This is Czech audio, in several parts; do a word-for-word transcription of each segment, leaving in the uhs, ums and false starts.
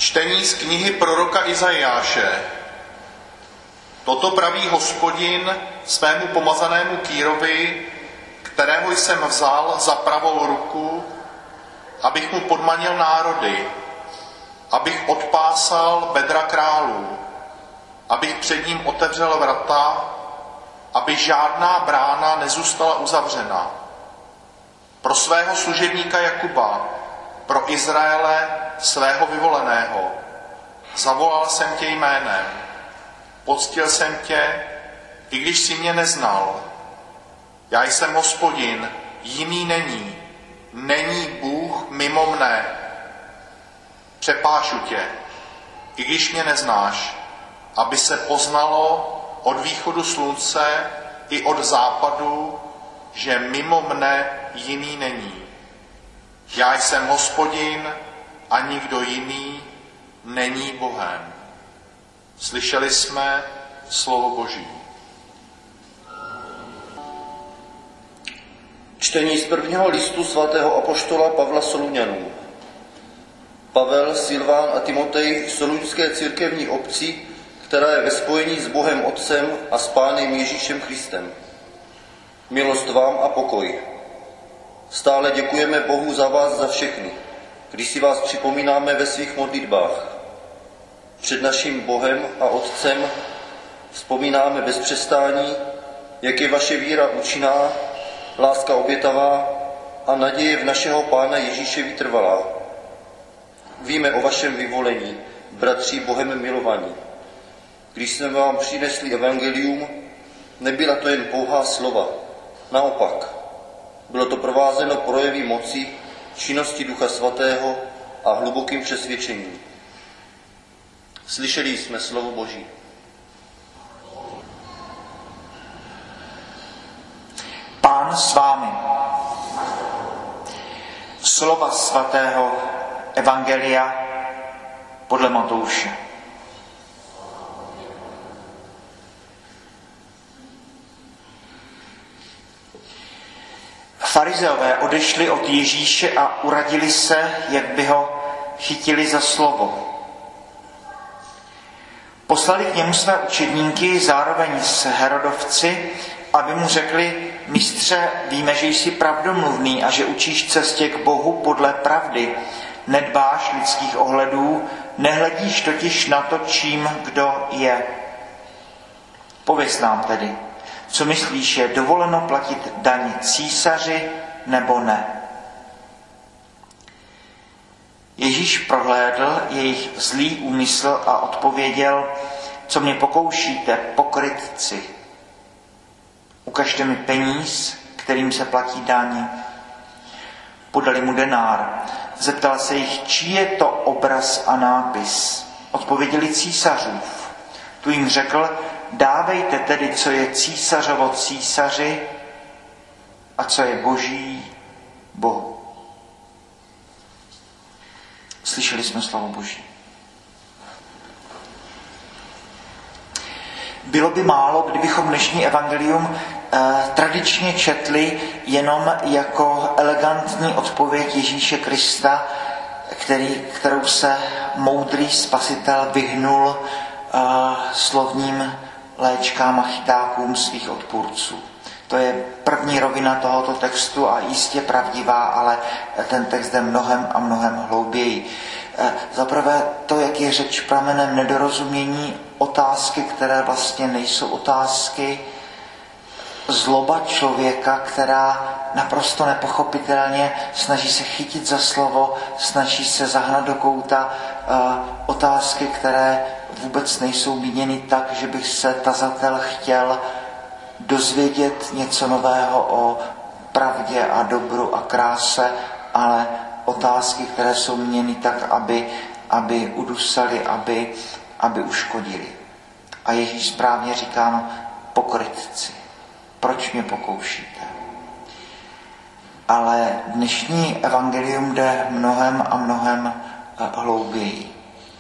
Čtení z knihy proroka Izajáše. Toto praví Hospodin svému pomazanému Kýrovi, kterého jsem vzal za pravou ruku, abych mu podmanil národy, abych odpásal bedra králů, abych před ním otevřel vrata, aby žádná brána nezůstala uzavřena. Pro svého služebníka Jakuba, pro Izraele svého vyvoleného. Zavolal jsem tě jménem, poctil jsem tě, i když jsi mě neznal. Já jsem Hospodin, jiný není, není Bůh mimo mne. Přepášu tě, i když mě neznáš, aby se poznalo od východu slunce i od západu, že mimo mne jiný není. Já jsem Hospodin a nikdo jiný není Bohem. Slyšeli jsme slovo Boží. Čtení z prvního listu svatého apoštola Pavla Soluňanům. Pavel, Silván a Timotej soluňské církevní obci, která je ve spojení s Bohem Otcem a s Pánem Ježíšem Kristem. Milost vám a pokoj. Stále děkujeme Bohu za vás za všechny, když si vás připomínáme ve svých modlitbách. Před naším Bohem a Otcem vzpomínáme bez přestání, jak je vaše víra účinná, láska obětavá a naděje v našeho Pána Ježíše vytrvalá. Víme o vašem vyvolení, bratři Bohem milovaní. Když jsme vám přinesli evangelium, nebyla to jen pouhá slova. Naopak, bylo to provázeno projevy moci, činnosti Ducha Svatého a hlubokým přesvědčením. Slyšeli jsme slovo Boží. Pán s vámi. Slova svatého evangelia podle Matouše. Farizeové odešli od Ježíše a uradili se, jak by ho chytili za slovo. Poslali k němu své učedníky, zároveň s Herodovci, aby mu řekli: Mistře, víme, že jsi pravdomluvný a že učíš cestě k Bohu podle pravdy. Nedbáš lidských ohledů, nehledíš totiž na to, čím kdo je. Pověz nám tedy, co myslíš, je dovoleno platit daň císaři nebo ne? Ježíš prohlédl jejich zlý úmysl a odpověděl: Co mě pokoušíte, pokrytci? Ukažte mi peníz, kterým se platí daň. Podali mu denár. Zeptal se jich, čí je to obraz a nápis. Odpověděli: císařův. Tu jim řekl: Dávejte tedy, co je císařovo císaři a co je boží Bohu. Slyšeli jsme slovo Boží. Bylo by málo, kdybychom dnešní evangelium eh, tradičně četli jenom jako elegantní odpověď Ježíše Krista, který, kterou se moudrý spasitel vyhnul eh, slovním léčkám a chytákům svých odpůrců. To je první rovina tohoto textu a jistě pravdivá, ale ten text jde mnohem a mnohem hlouběji. Zaprvé to, jak je řeč pramenem nedorozumění, otázky, které vlastně nejsou otázky, zloba člověka, která naprosto nepochopitelně snaží se chytit za slovo, snaží se zahnat do kouta, otázky, které vůbec nejsou míněny tak, že bych se tazatel chtěl dozvědět něco nového o pravdě a dobru a kráse, ale otázky, které jsou míněny tak, aby, aby udusali, aby, aby uškodili. A Ježíš správně říká: no, pokrytci, proč mě pokoušíte? Ale dnešní evangelium jde mnohem a mnohem hlouběji.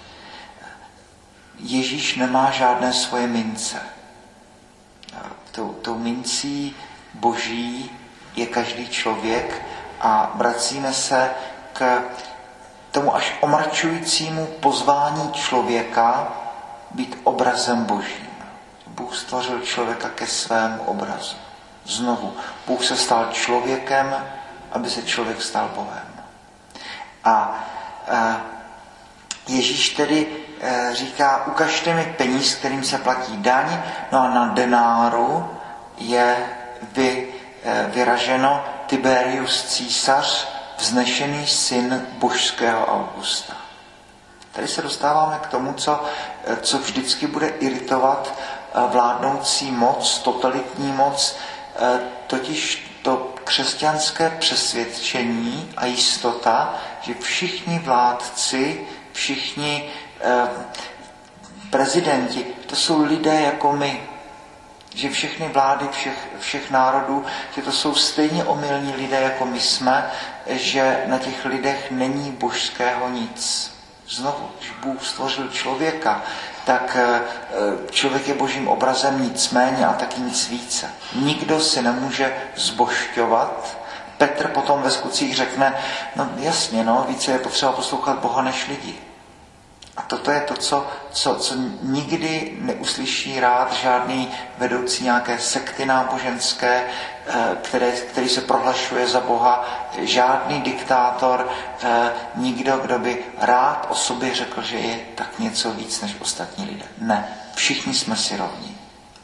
Ježíš nemá žádné svoje mince. Tou, tou mincí Boží je každý člověk a vracíme se k tomu až omrčujícímu pozvání člověka být obrazem Božím. Bůh stvořil člověka ke svému obrazu. Znovu, Bůh se stal člověkem, aby se člověk stal Bohem. A, a Ježíš tedy e, říká, ukažte mi peníz, kterým se platí daň, no a na denáru je vy, e, vyraženo Tiberius císař, vznešený syn božského Augusta. Tady se dostáváme k tomu, co, co vždycky bude iritovat vládnoucí moc, totalitní moc, totiž to křesťanské přesvědčení a jistota, že všichni vládci, všichni eh, prezidenti, to jsou lidé jako my, že všechny vlády všech, všech národů, že to jsou stejně omylní lidé jako my jsme, že na těch lidech není božského nic. Znovu, když Bůh stvořil člověka, tak člověk je božím obrazem, nicméně a taky nic více. Nikdo si nemůže zbožťovat. Petr potom ve Skutcích řekne, no jasně, no, více je potřeba poslouchat Boha než lidi. A toto je to, co, co, co nikdy neuslyší rád žádný vedoucí nějaké sekty náboženské, které, který se prohlašuje za Boha, žádný diktátor, nikdo, kdo by rád o sobě řekl, že je tak něco víc než ostatní lidé. Ne, všichni jsme si rovní.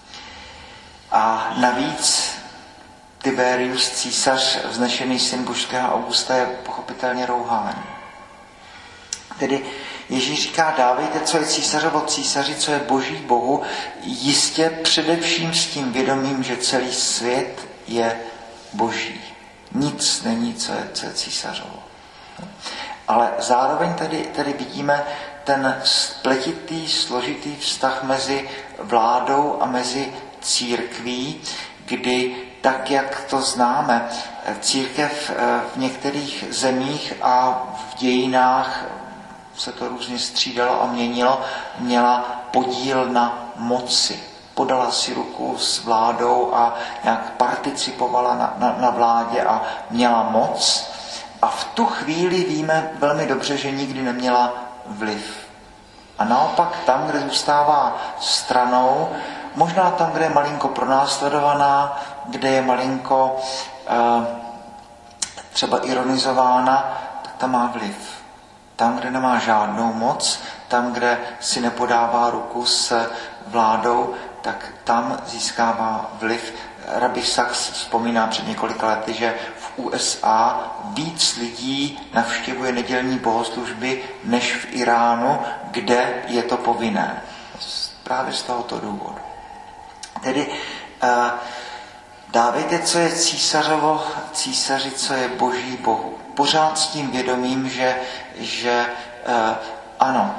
A navíc Tiberius císař, vznešený syn božského Augusta, je pochopitelně rouhání. Tedy Ježíš říká, dávejte, co je císařovo císaři, co je boží Bohu, jistě především s tím vědomím, že celý svět je boží. Nic není, co je, co je císařovo. Ale zároveň tady, tady vidíme ten spletitý, složitý vztah mezi vládou a mezi církví, kdy tak, jak to známe, církev v některých zemích a v dějinách se to různě střídalo a měnilo, měla podíl na moci. Podala si ruku s vládou a nějak participovala na, na, na vládě a měla moc. A v tu chvíli víme velmi dobře, že nikdy neměla vliv. A naopak tam, kde zůstává stranou, možná tam, kde je malinko pronásledovaná, kde je malinko eh, třeba ironizována, tak tam má vliv. Tam, kde nemá žádnou moc, tam, kde si nepodává ruku s vládou, tak tam získává vliv. Rabbi Sachs vzpomíná před několika lety, že v U S A víc lidí navštěvuje nedělní bohoslužby než v Iránu, kde je to povinné. Právě z tohoto důvodu. Tedy uh, dávejte, co je císařovo císaři, co je boží Bohu. Pořád s tím vědomím, že, že uh, ano,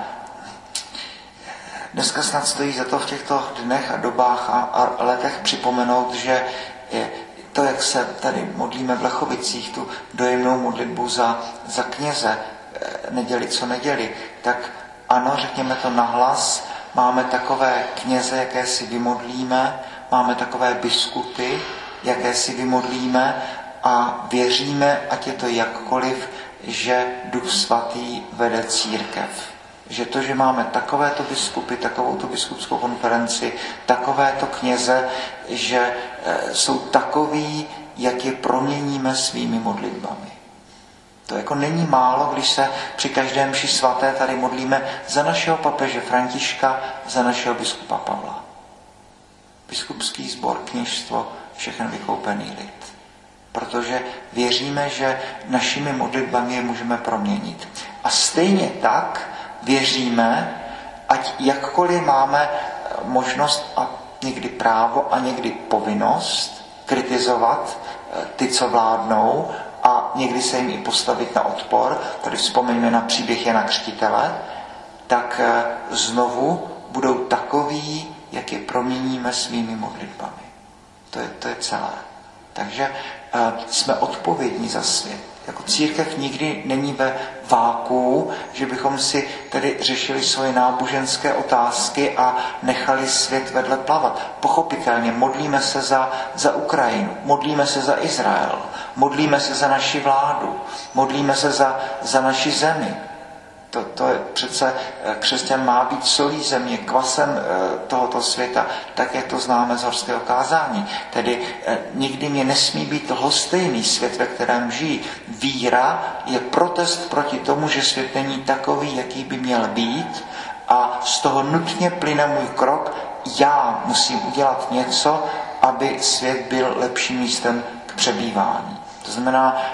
dneska snad stojí za to v těchto dnech a dobách a, a letech připomenout, že je to, jak se tady modlíme v Lechovicích, tu dojemnou modlitbu za, za kněze, neděli co neděli, tak ano, řekněme to nahlas, máme takové kněze, jaké si vymodlíme, máme takové biskupy, jaké si vymodlíme a věříme, ať je to jakkoliv, že Duch Svatý vede církev. Že to, že máme takovéto biskupy, takovou tu biskupskou konferenci, takovéto kněze, že e, jsou takoví, jak je proměníme svými modlitbami. To jako není málo, když se při každém mši svaté tady modlíme za našeho papeže Františka, za našeho biskupa Pavla. Biskupský sbor, kněžstvo, všechen vykoupený lid. Protože věříme, že našimi modlitbami je můžeme proměnit. A stejně tak věříme, ať jakkoliv máme možnost a někdy právo a někdy povinnost kritizovat ty, co vládnou, a někdy se jim i postavit na odpor, tady vzpomeňme na příběh Jana Křtitele, tak znovu budou takoví, jak je proměníme svými modlitbami. To je, to je celé. Takže uh, jsme odpovědní za svět. Jako církev nikdy není ve vákuu, že bychom si tedy řešili svoje náboženské otázky a nechali svět vedle plavat. Pochopitelně modlíme se za, za Ukrajinu, modlíme se za Izrael, modlíme se za naši vládu, modlíme se za, za naši zemi. To, to je přece, křesťan má být solí země, kvasem tohoto světa, tak jak to známe z horského kázání. Tedy nikdy mě nesmí být lhostejný svět, ve kterém žijí. Víra je protest proti tomu, že svět není takový, jaký by měl být, a z toho nutně plyne můj krok, já musím udělat něco, aby svět byl lepším místem k přebývání. To znamená,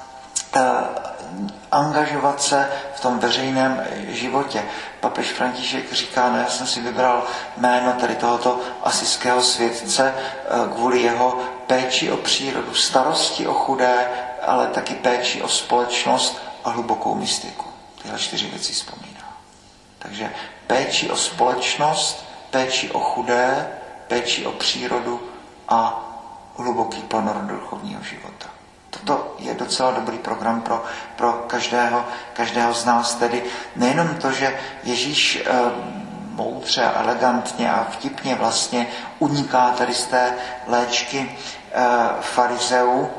angažovat se v tom veřejném životě. Papež František říká, no já jsem si vybral jméno tady tohoto asijského světce kvůli jeho péči o přírodu, starosti o chudé, ale taky péči o společnost a hlubokou mystiku. Tyhle čtyři věci vzpomíná. Takže péči o společnost, péči o chudé, péči o přírodu a hluboký ponor do duchovního života. Toto je docela dobrý program pro, pro každého, každého z nás. Tedy nejenom to, že Ježíš e, moudře, elegantně a vtipně vlastně uniká tady z té léčky e, farizeů,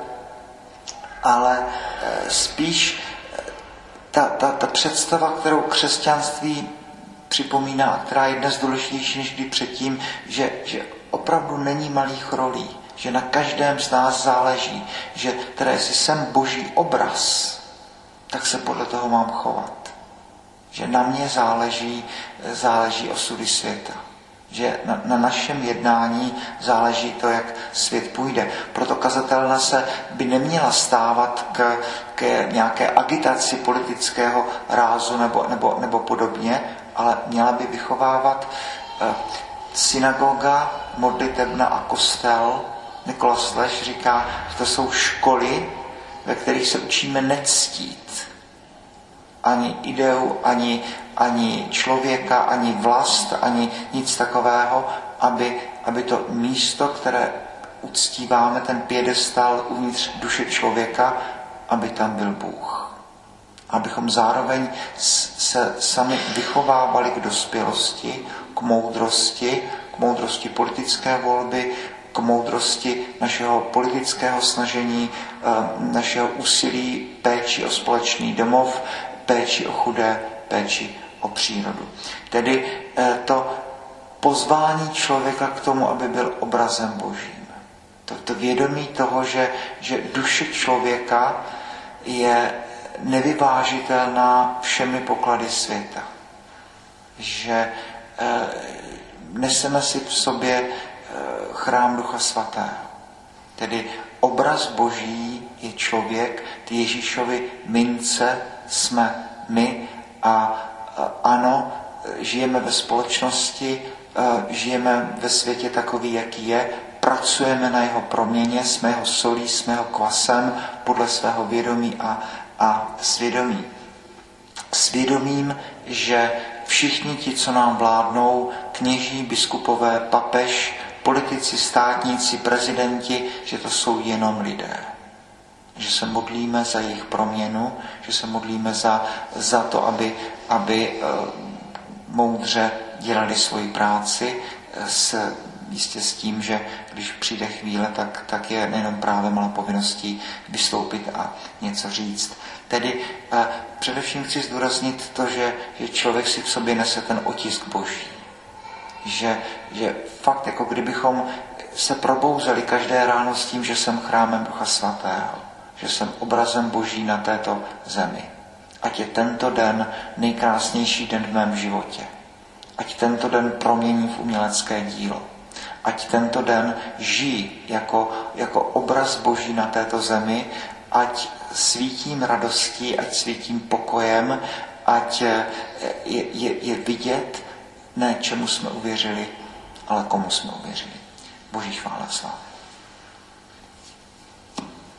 ale e, spíš ta, ta, ta představa, kterou křesťanství připomíná, která je dnes důležitější než kdy předtím, že, že opravdu není malých rolí, že na každém z nás záleží, že teda jestli jsem boží obraz, tak se podle toho mám chovat. Že na mě záleží, záleží osudy světa. Že na, na našem jednání záleží to, jak svět půjde. Proto kazatelna se by neměla stávat k, k nějaké agitaci politického rázu nebo, nebo, nebo podobně, ale měla by vychovávat eh, synagoga, modlitebna a kostel. Nikolas Leš říká, že to jsou školy, ve kterých se učíme nectít ani ideu, ani, ani člověka, ani vlast, ani nic takového, aby, aby to místo, které uctíváme, ten piedestal uvnitř duše člověka, aby tam byl Bůh. Abychom zároveň se sami vychovávali k dospělosti, k moudrosti, k moudrosti politické volby, k moudrosti našeho politického snažení, našeho úsilí, péči o společný domov, péči o chudé, péči o přírodu. Tedy to pozvání člověka k tomu, aby byl obrazem Božím. To, to vědomí toho, že, že duše člověka je nevyvážitelná všemi poklady světa. Že eh, neseme si v sobě eh, chrám Ducha Svatého. Tedy obraz Boží je člověk, ty Ježíšovi mince jsme my a eh, ano, žijeme ve společnosti, eh, žijeme ve světě takový, jaký je, pracujeme na jeho proměně, jsme jeho solí, jsme jeho kvasem podle svého vědomí a a svědomí. Svědomím, že všichni ti, co nám vládnou, kněží, biskupové, papež, politici, státníci, prezidenti, že to jsou jenom lidé. Že se modlíme za jejich proměnu, že se modlíme za, za to, aby, aby uh, moudře dělali svoji práci, s, jistě s tím, že když přijde chvíle, tak, tak je nejenom právem, ale povinností vystoupit a něco říct. Tedy eh, především chci zdůraznit to, že, že člověk si v sobě nese ten otisk Boží. Že, že fakt, jako kdybychom se probouzeli každé ráno s tím, že jsem chrámem Ducha Svatého, že jsem obrazem Boží na této zemi. Ať je tento den nejkrásnější den v mém životě. Ať tento den promění v umělecké dílo. Ať tento den žijí jako, jako obraz Boží na této zemi, ať svítím radostí, ať svítím pokojem, ať je, je, je vidět, ne čemu jsme uvěřili, ale komu jsme uvěřili. Boží chvála a sláva.